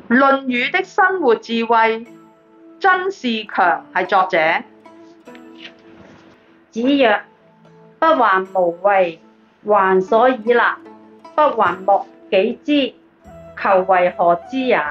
論語的生活智慧，曾仕強係作者。 子曰：不患無為，患所以立；不患莫己知，求為何之也。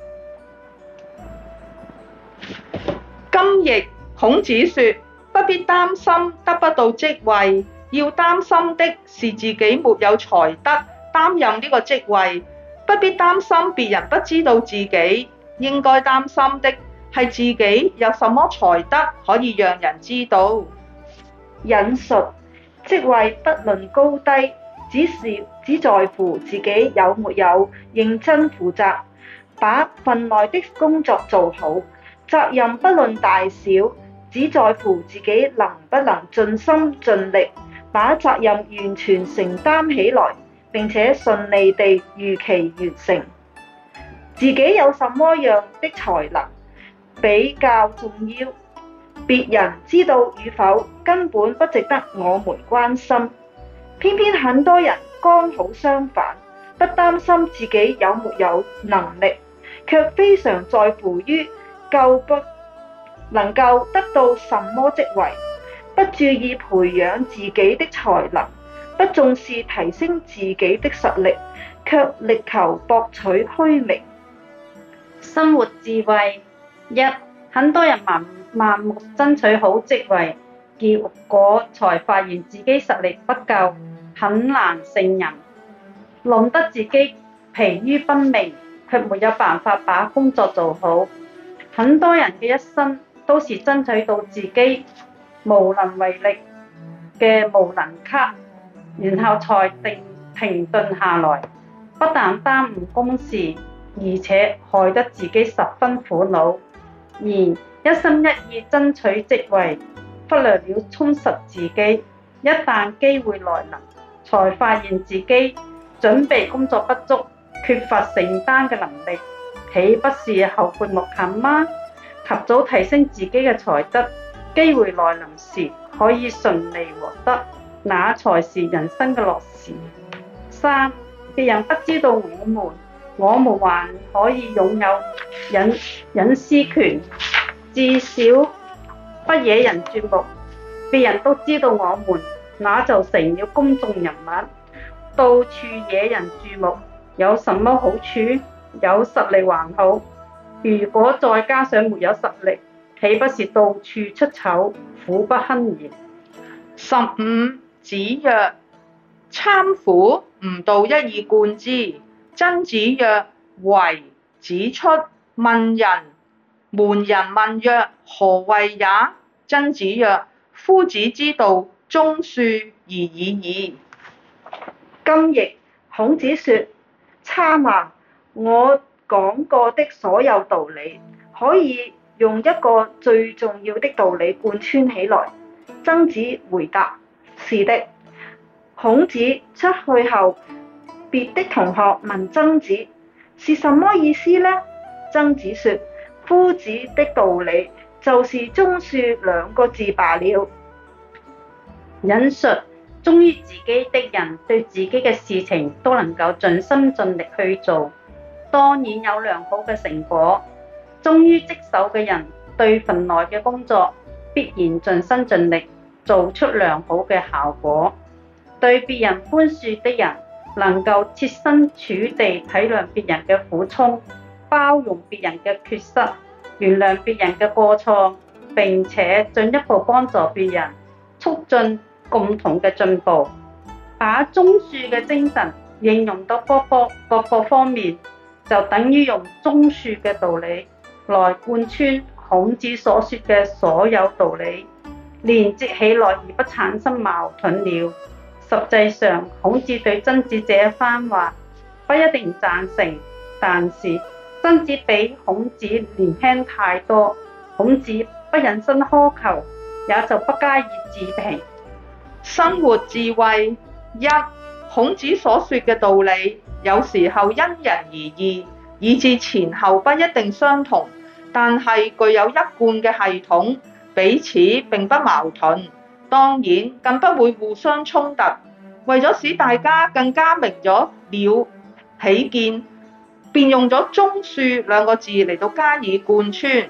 今譯孔子說，不必擔心得不到職位，要擔心的是自己沒有才德擔任呢個職位，不必擔心別人不知道自己，應該擔心的係自己有什麼才德可以讓人知道。 引述職位不論高低，只在乎自己有沒有認真負責，把份內的工作做好。責任不論大小，只在乎自己能不能盡心盡力，把責任完全承擔起來，並且順利地如期完成。自己有什麼樣的才能比較重要，別人知道與否根本不值得我們關心。偏偏很多人剛好相反，不擔心自己有沒有能力，卻非常在乎於夠不能夠得到什麼職位，不注意培養自己的才能，不重視提升自己的實力，卻力求博取虛名。 生活智慧一，很多人盲目爭取好職位，結果才發現自己實力不夠，很難勝任，弄得自己疲於奔命，卻沒有辦法把工作做好。很多人嘅一生都是爭取到自己無能為力嘅無能卡，然後才停頓下來，不但耽誤公事，而且害得自己十分苦惱。而一心一意爭取職位，忽略了充實自己，一旦機會來臨，才發現自己準備工作不足，缺乏承擔嘅能力，豈不是後悔莫及嗎？及早提升自己嘅才德，機會來臨時可以順利獲得，那才是人生嘅樂事。三，別人不知道我們還可以擁有隱私權，至少不惹人注目。別人都知道我們，那就成了公眾人物，到處惹人注目，有什麼好處？有實力還好，如果再加上沒有實力，豈不是到處出醜，苦不堪言。 15. 子曰：參乎吾道一以貫之。曾子曰：為。子出問仁，門人問曰：何為也？曾子曰：夫子之道，忠恕而已矣。 今譯孔子說：參啊，我講過的所有道理，可以用一個最重要的道理貫穿起來。曾子回答：是的。孔子出去後，別的同學問曾子是什麼意思呢？曾子說：夫子的道理就是忠恕兩個字罷了。 引述忠於自己的人，對自己嘅事情都能夠盡心盡力去做，當然有良好嘅成果。忠於職守嘅人，對份內嘅工作必然盡心盡力，做出良好嘅效果。對別人寬恕的人，能夠設身處地體諒別人嘅苦衷，包容別人嘅缺失，原諒別人嘅過錯，並且進一步幫助別人，促進共同嘅進步。把忠恕嘅精神應用到各個方面，就等於用忠恕嘅道理來貫穿孔子所說嘅所有道理，連接起來而不產生矛盾了。實際上，孔子對曾子這一番話不一定贊成，但是曾子比孔子年輕太多，孔子不忍心苛求，也就不加以置評。 生活智慧一，孔子所說嘅道理，有時候因人而異，以致前後不一定相同，但係具有一貫嘅系統，彼此並不矛盾，當然更不會互相衝突。為咗使大家更加明咗了起見， 便用咗忠恕兩個字嚟到加以貫穿。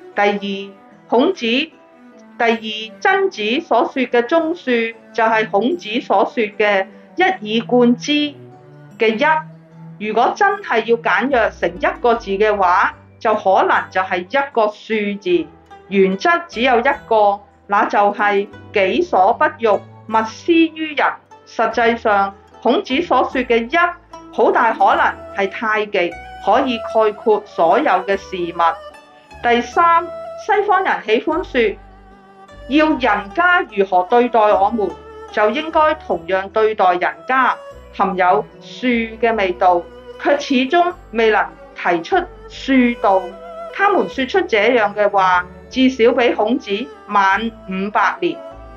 曾子所說嘅忠恕，就係孔子所說嘅一以貫之嘅一。如果真係要簡約成一個字嘅話，就可能就係一個恕字。原則只有一個，那就係己所不欲，勿施於人。實際上，孔子所說嘅一，好大可能係太極，可以概括所有嘅事物。第三，西方人喜歡說，要人家如何對待我們，就應該同樣對待人家，含有恕嘅味道，卻始終未能提出恕道。他們說出這樣嘅話，至少比孔子晚500年。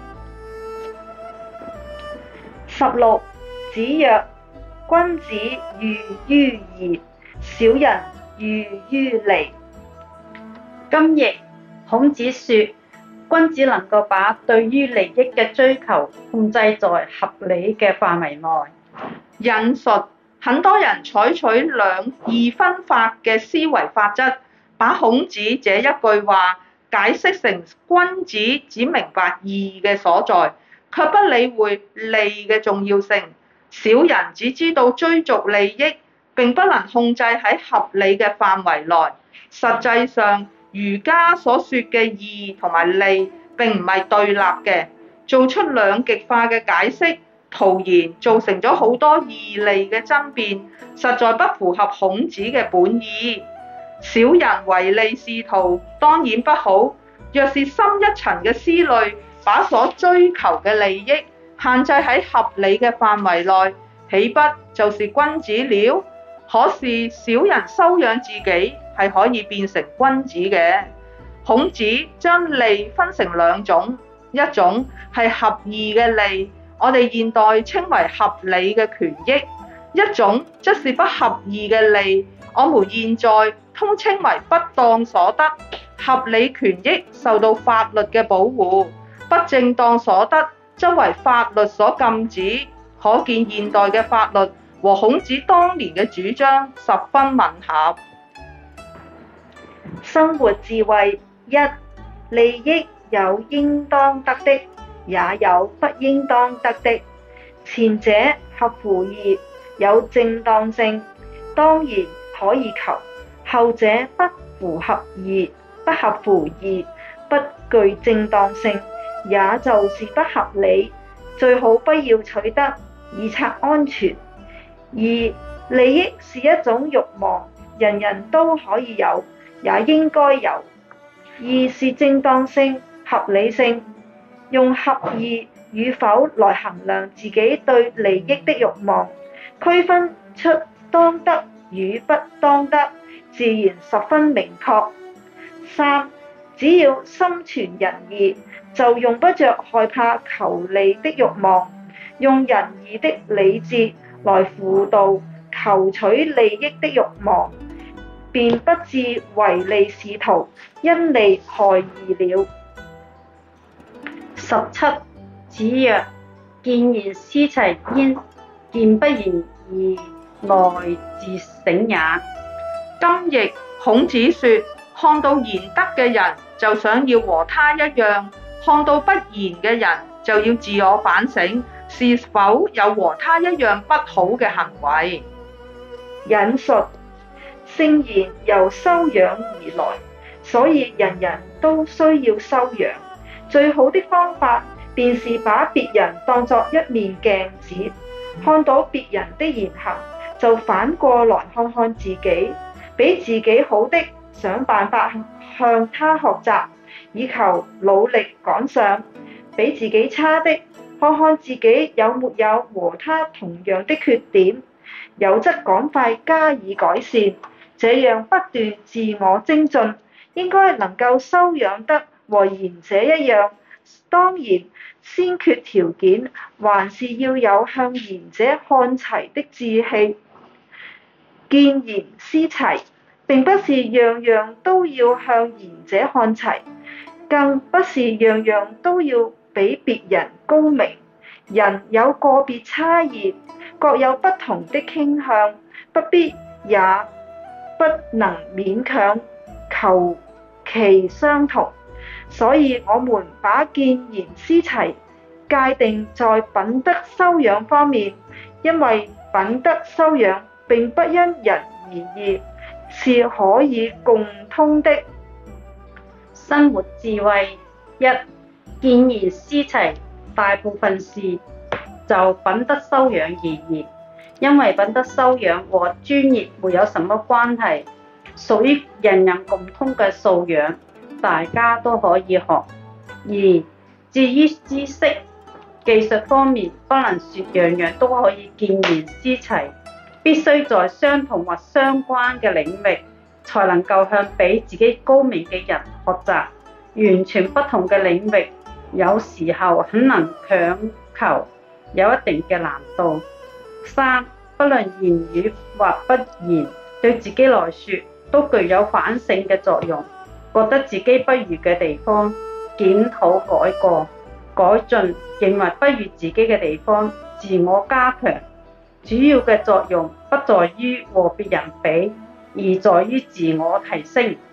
16. 子曰：君子喻於義，小人喻於利。 今譯孔子說，君子能夠把對於利益嘅追求控制在合理嘅範圍內。 引述，很多人採取二分法嘅思維法則，把孔子這一句話解釋成君子只明白義嘅所在，卻不理會利嘅重要性。小人只知道追逐利益，並不能控制喺合理嘅範圍內。實際上，儒家所說嘅義同埋利並唔係對立嘅，做出兩極化嘅解釋，徒然造成咗好多義利嘅爭辯，實在不符合孔子嘅本意。小人唯利是圖當然不好，若是深一層嘅思慮，把所追求嘅利益限制喺合理嘅範圍內，豈不就是君子了？可是小人修養自己係可以變成君子嘅。孔子將利分成兩種，一種係合義嘅利，我哋現代稱為合理嘅權益；一種則是不合義嘅利，我們現在通稱為不當所得。合理權益受到法律嘅保護，不正當所得則為法律所禁止。可見現代嘅法律和孔子當年嘅主張十分吻合。 生活智慧一，利益有應當得的，也有不應當得的。前者合乎義，有正當性，當然可以求；後者不符合義，不合乎義，不具正當性，也就是不合理，最好不要取得，以策安全。二，利益是一種慾望，人人都可以有，也應該有。二是正當性、合理性，用合義與否來衡量自己對利益的慾望，區分出當得與不當得，自然十分明確。三，只要心存仁義，就用不着害怕求利的慾望，用仁義的理智來輔導求取利益的慾望，便不至唯利是圖，因利害義了。 17. 子曰：見賢思齊焉，見不賢而內自省也。 今譯孔子說，看到賢德嘅人就想要和他一樣，看到不賢嘅人就要自我反省，是否有和他一樣不好嘅行為。 引述，聖賢由修養而來，所以人人都需要修養。最好的方法便是把別人當作一面鏡子，看到別人的言行，就反過來看看自己，比自己好的想辦法向他學習，以求努力趕上；比自己差的，看看自己有沒有和他同樣的缺點，有則趕快加以改善，這樣不斷自我精進，應該能夠修養得和賢者一樣。當然，先決條件還是要有向賢者看齊的志氣。見賢思齊，並不是樣樣都要向賢者看齊，更不是樣樣都要比別人高明。人有個別差異，各有不同的傾向，不必也不能勉強求其相同，所以我們把見賢思齊界定在品德修養方面，因為品德修養並不因人而異，是可以共通的。 生活智慧一，見賢思齊，大部分是就品德修養而言，因為品德修養和專業沒有什麼關係，屬於人人共通嘅素養，大家都可以學。二，至於知識技術方面，不能說樣樣都可以見賢思齊，必須在相同或相關嘅領域，才能夠向比自己高明嘅人學習。完全不同嘅領域，有時候很能強求，有一定嘅難度。三，不論言語或不言，對自己來說都具有反省嘅作用。覺得自己不如嘅地方，檢討改過，改進；認為不如自己嘅地方，自我加強。主要嘅作用不在於和別人比，而在於自我提升。